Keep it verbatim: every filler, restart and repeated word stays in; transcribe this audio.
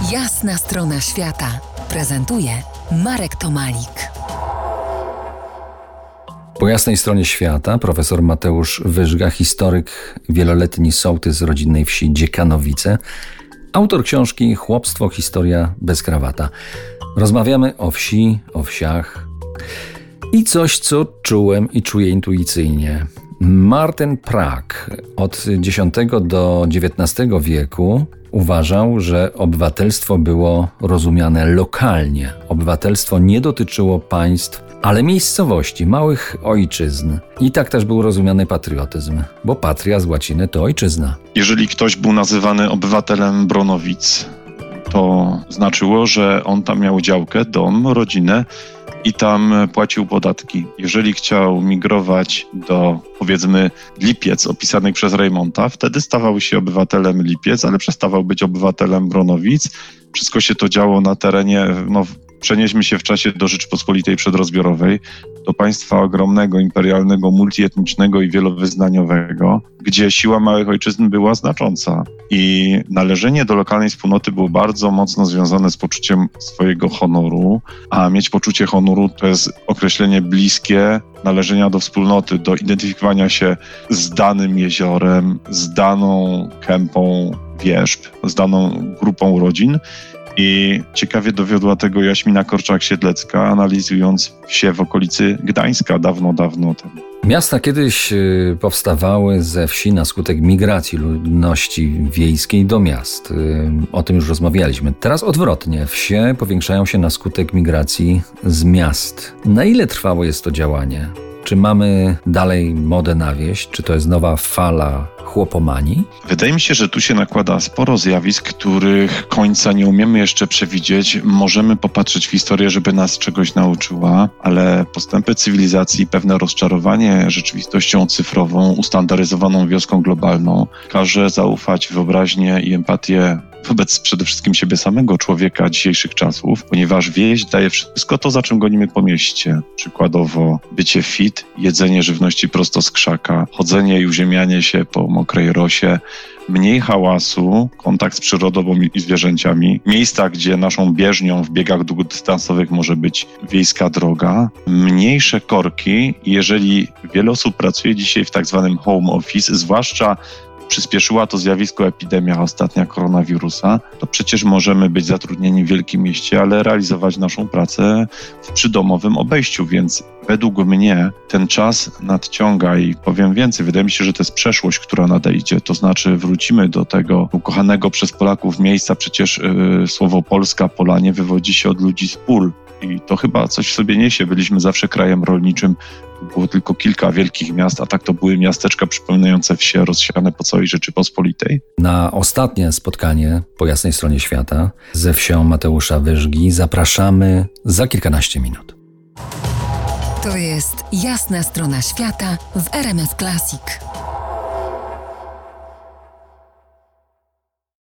Jasna strona świata prezentuje Marek Tomalik. Po jasnej stronie świata profesor Mateusz Wyżga, historyk, wieloletni sołtys rodzinnej wsi Dziekanowice, autor książki Chłopstwo, historia bez krawata. Rozmawiamy o wsi, o wsiach i coś, co czułem i czuję intuicyjnie. Martin Prach od dziesiątego do dziewiętnastego wieku uważał, że obywatelstwo było rozumiane lokalnie. Obywatelstwo nie dotyczyło państw, ale miejscowości, małych ojczyzn. I tak też był rozumiany patriotyzm, bo patria z łaciny to ojczyzna. Jeżeli ktoś był nazywany obywatelem Bronowic, to znaczyło, że on tam miał działkę, dom, rodzinę i tam płacił podatki. Jeżeli chciał migrować do, powiedzmy, Lipiec opisanych przez Reymonta, wtedy stawał się obywatelem Lipiec, ale przestawał być obywatelem Bronowic. Wszystko się to działo na terenie, no, przenieśmy się w czasie do Rzeczypospolitej przedrozbiorowej, do państwa ogromnego, imperialnego, multietnicznego i wielowyznaniowego, gdzie siła małych ojczyzn była znacząca. I należenie do lokalnej wspólnoty było bardzo mocno związane z poczuciem swojego honoru, a mieć poczucie honoru to jest określenie bliskie należenia do wspólnoty, do identyfikowania się z danym jeziorem, z daną kępą wierzb, z daną grupą rodzin. I ciekawie dowiodła tego Jaśmina Korczak-Siedlecka, analizując wsie w okolicy Gdańska dawno, dawno temu. Miasta kiedyś powstawały ze wsi na skutek migracji ludności wiejskiej do miast. O tym już rozmawialiśmy. Teraz odwrotnie. Wsie powiększają się na skutek migracji z miast. Na ile trwało jest to działanie? Czy mamy dalej modę na wieś? Czy to jest nowa fala chłopomanii? Wydaje mi się, że tu się nakłada sporo zjawisk, których końca nie umiemy jeszcze przewidzieć. Możemy popatrzeć w historię, żeby nas czegoś nauczyła, ale postępy cywilizacji, pewne rozczarowanie rzeczywistością cyfrową, ustandaryzowaną wioską globalną każe zaufać wyobraźnię i empatię wobec przede wszystkim siebie samego człowieka dzisiejszych czasów, ponieważ wieś daje wszystko to, za czym gonimy po mieście. Przykładowo bycie fit, jedzenie żywności prosto z krzaka, chodzenie i uziemianie się po mokrej rosie, mniej hałasu, kontakt z przyrodą i zwierzęciami, miejsca, gdzie naszą bieżnią w biegach długodystansowych może być wiejska droga, mniejsze korki. Jeżeli wiele osób pracuje dzisiaj w tak zwanym home office, zwłaszcza przyspieszyła to zjawisko epidemia ostatnia koronawirusa, to przecież możemy być zatrudnieni w wielkim mieście, ale realizować naszą pracę w przydomowym obejściu, więc według mnie ten czas nadciąga i powiem więcej, wydaje mi się, że to jest przeszłość, która nadejdzie, to znaczy wrócimy do tego ukochanego przez Polaków miejsca, przecież yy, słowo Polska, Polanie wywodzi się od ludzi z pól i to chyba coś w sobie niesie, byliśmy zawsze krajem rolniczym. Było tylko kilka wielkich miast, a tak to były miasteczka przypominające wsie rozsiane po całej Rzeczypospolitej. Na ostatnie spotkanie po jasnej stronie świata ze wsią Mateusza Wyżgi zapraszamy za kilkanaście minut. To jest Jasna strona świata w R M F Classic.